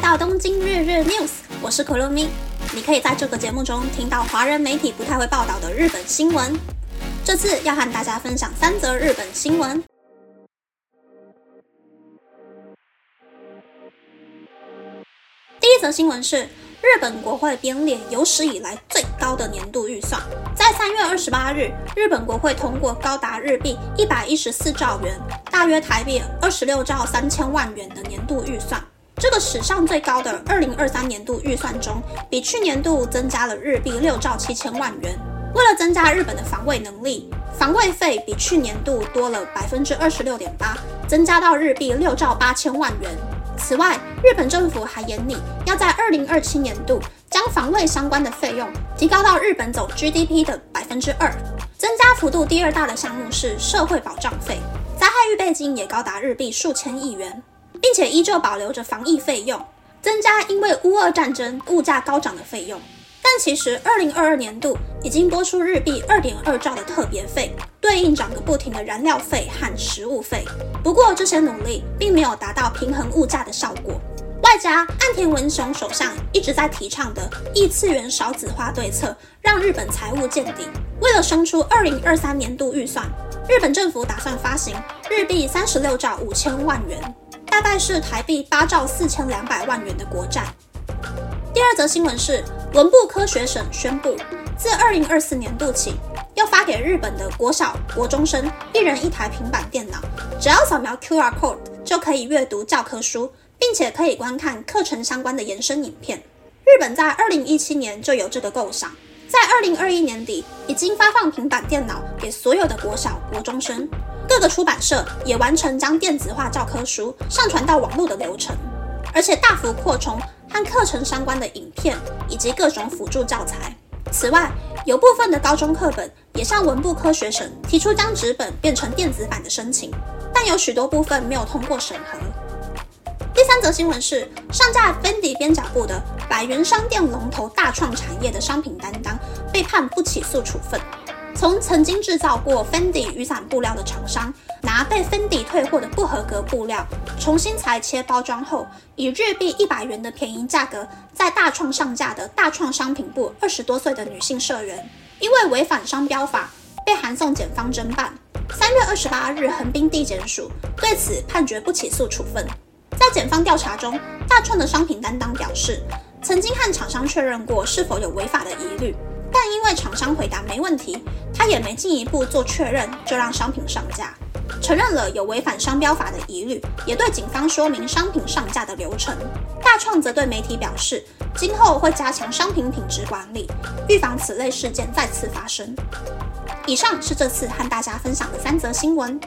到东京日日 News， 我是可乐咪。你可以在这个节目中听到华人媒体不太会报道的日本新闻。这次要和大家分享3则日本新闻。第一则新闻是日本国会编列有史以来最高的年度预算。在3月28日，日本国会通过高达日币114兆元，大约台币26兆3000万元的年度预算。这个史上最高的2023年度预算中，比去年度增加了日币6兆7000万元。为了增加日本的防卫能力，防卫费比去年度多了 26.8%， 增加到日币6兆8000万元。此外，日本政府还研拟要在2027年度将防卫相关的费用提高到日本总 GDP 的 2%。 增加幅度第2大的项目是社会保障费，灾害预备金也高达日币数千亿元，并且依旧保留着防疫费用，增加因为乌俄战争物价高涨的费用。但其实2022年度已经拨出日币 2.2 兆的特别费，对应涨个不停的燃料费和食物费。不过这些努力并没有达到平衡物价的效果，外加岸田文雄首相一直在提倡的异次元少子化对策，让日本财务见底。为了生出2023年度预算，日本政府打算发行日币36兆5000万元，大概是台币8兆4200万元的国债。第2则新闻是文部科学省宣布，自2024年度起，要发给日本的国小、国中生1人1台平板电脑，只要扫描 QR Code 就可以阅读教科书，并且可以观看课程相关的延伸影片。日本在2017年就有这个构想，在2021年底已经发放平板电脑给所有的国小、国中生，各个出版社也完成将电子化教科书上传到网络的流程，而且大幅扩充和课程相关的影片以及各种辅助教材。此外，有部分的高中课本也向文部科学省提出将纸本变成电子版的申请，但有许多部分没有通过审核。第3则新闻是上架 Fendi 边角部的百元商店龙头大创产业的商品担当被判不起诉处分。从曾经制造过 Fendi 雨伞布料的厂商，拿被 Fendi 退货的不合格布料，重新裁切包装后，以日币100元的便宜价格，在大创上架的大创商品部20多岁的女性社员，因为违反商标法，被函送检方侦办。3月28日，横滨地检署对此判决不起诉处分。在检方调查中，大创的商品担当表示，曾经和厂商确认过是否有违法的疑虑，但因为厂商回答没问题，他也没进一步做确认，就让商品上架，承认了有违反商标法的疑虑，也对警方说明商品上架的流程。大创则对媒体表示，今后会加强商品品质管理，预防此类事件再次发生。以上是这次和大家分享的3则新闻。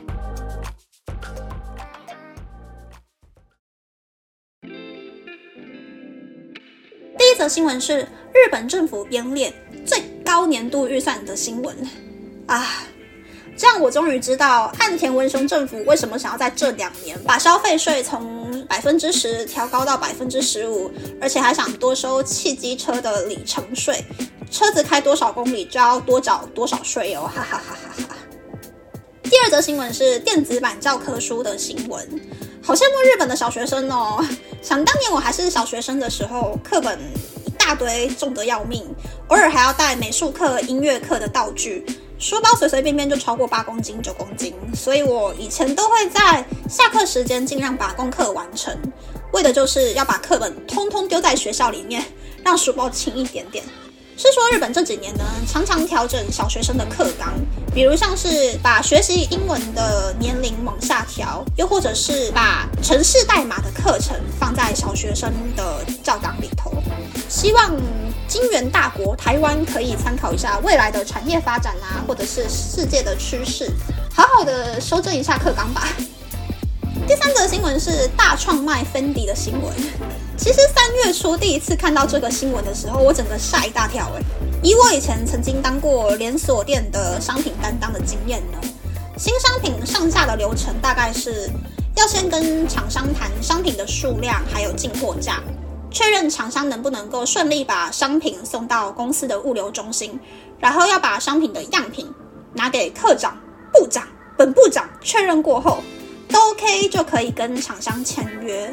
第1则新闻是日本政府编列最高年度预算的新闻这样我终于知道岸田文雄政府为什么想要在这2年把消费税从 10% 调高到 15%， 而且还想多收汽机车的里程税，车子开多少公里就要多缴多少税哦，哈哈哈哈哈。第2则新闻是电子版教科书的新闻，好羡慕日本的小学生哦。想当年我还是小学生的时候，课本一大堆重得要命，偶尔还要带美术课、音乐课的道具，书包随随便便就超过8公斤、9公斤，所以我以前都会在下课时间尽量把功课完成，为的就是要把课本通通丢在学校里面，让书包轻一点点。是说日本这几年呢，常常调整小学生的课纲，比如像是把学习英文的年龄往下调，又或者是把程式代码的课程放在小学生的教纲里头。希望金元大国台湾可以参考一下未来的产业发展或者是世界的趋势，好好的修正一下课纲吧。第3则新闻是大创卖 Fendi 的新闻。其实3月初第一次看到这个新闻的时候，我整个吓一大跳以我以前曾经当过连锁店的商品担当的经验呢，新商品上架的流程大概是要先跟厂商谈商品的数量还有进货价，确认厂商能不能够顺利把商品送到公司的物流中心，然后要把商品的样品拿给科长、部长、本部长确认过后都 OK 就可以跟厂商签约。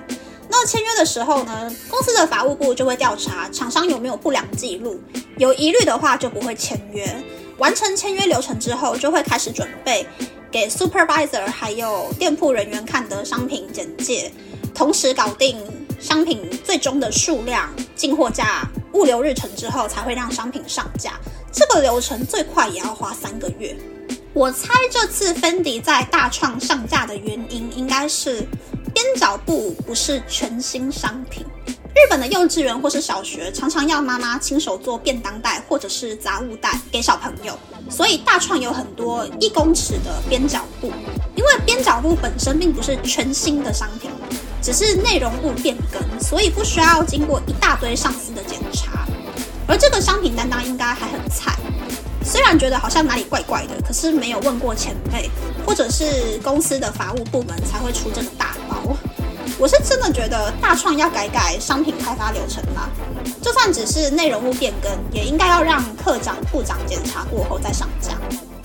那签约的时候呢，公司的法务部就会调查厂商有没有不良记录，有疑虑的话就不会签约。完成签约流程之后，就会开始准备给 supervisor 还有店铺人员看的商品简介，同时搞定商品最终的数量、进货价、物流日程之后，才会让商品上架。这个流程最快也要花3个月。我猜这次 Fendi 在大创上架的原因，应该是边角布不是全新商品。日本的幼稚园或是小学常常要妈妈亲手做便当袋或者是杂物袋给小朋友，所以大创有很多1公尺的边角布。因为边角布本身并不是全新的商品，只是内容物变更，所以不需要经过一大堆上司的检查。而这个商品担当应该还很菜，虽然觉得好像哪里怪怪的，可是没有问过前辈或者是公司的法务部门才会出这个大包。我是真的觉得大创要改商品开发流程啦，就算只是内容物变更，也应该要让科长、部长检查过后再上架。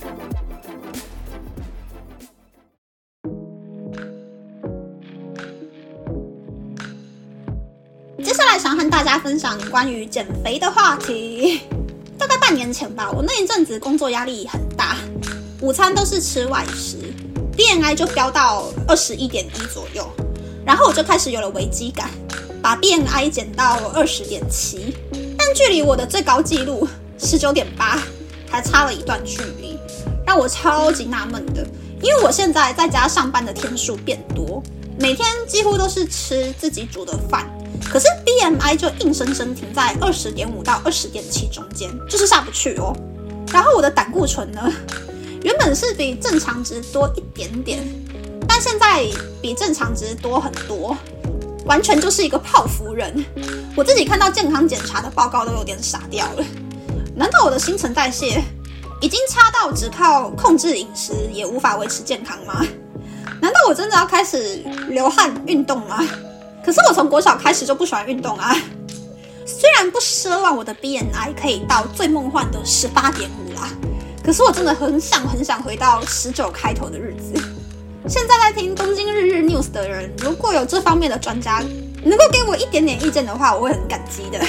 接下来想和大家分享关于减肥的话题。大概半年前吧，我那一阵子工作压力很大，午餐都是吃外食， BMI 就飙到21.1左右，然后我就开始有了危机感，把 BMI 减到20.7，但距离我的最高纪录19.8还差了一段距离，让我超级纳闷的。因为我现在在家上班的天数变多，每天几乎都是吃自己煮的饭，可是 BMI 就硬生生停在20.5到20.7中间，就是下不去哦。然后我的胆固醇呢，原本是比正常值多一点点，但现在比正常值多很多，完全就是一个泡芙人。我自己看到健康检查的报告都有点傻掉了。难道我的新陈代谢已经差到只靠控制饮食也无法维持健康吗？难道我真的要开始流汗运动吗？可是我从国小开始就不喜欢运动啊。虽然不奢望我的 BMI 可以到最梦幻的18.5啦，可是我真的很想回到19开头的日子。现在在听东京日日 News 的人，如果有这方面的专家能够给我一点点意见的话，我会很感激的。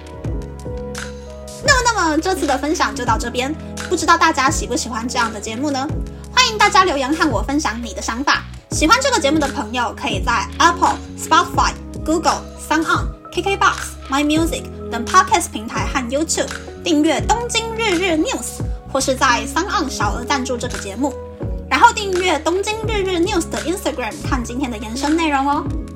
那么这次的分享就到这边，不知道大家喜不喜欢这样的节目呢？欢迎大家留言和我分享你的想法。喜欢这个节目的朋友，可以在 Apple、Spotify、Google、SoundOn、KKBox、My Music 等 Podcast 平台和 YouTube 订阅东京日日 News， 或是在 SoundOn 小额赞助这个节目，然后订阅东京日日 News 的 Instagram 看今天的延伸内容哦。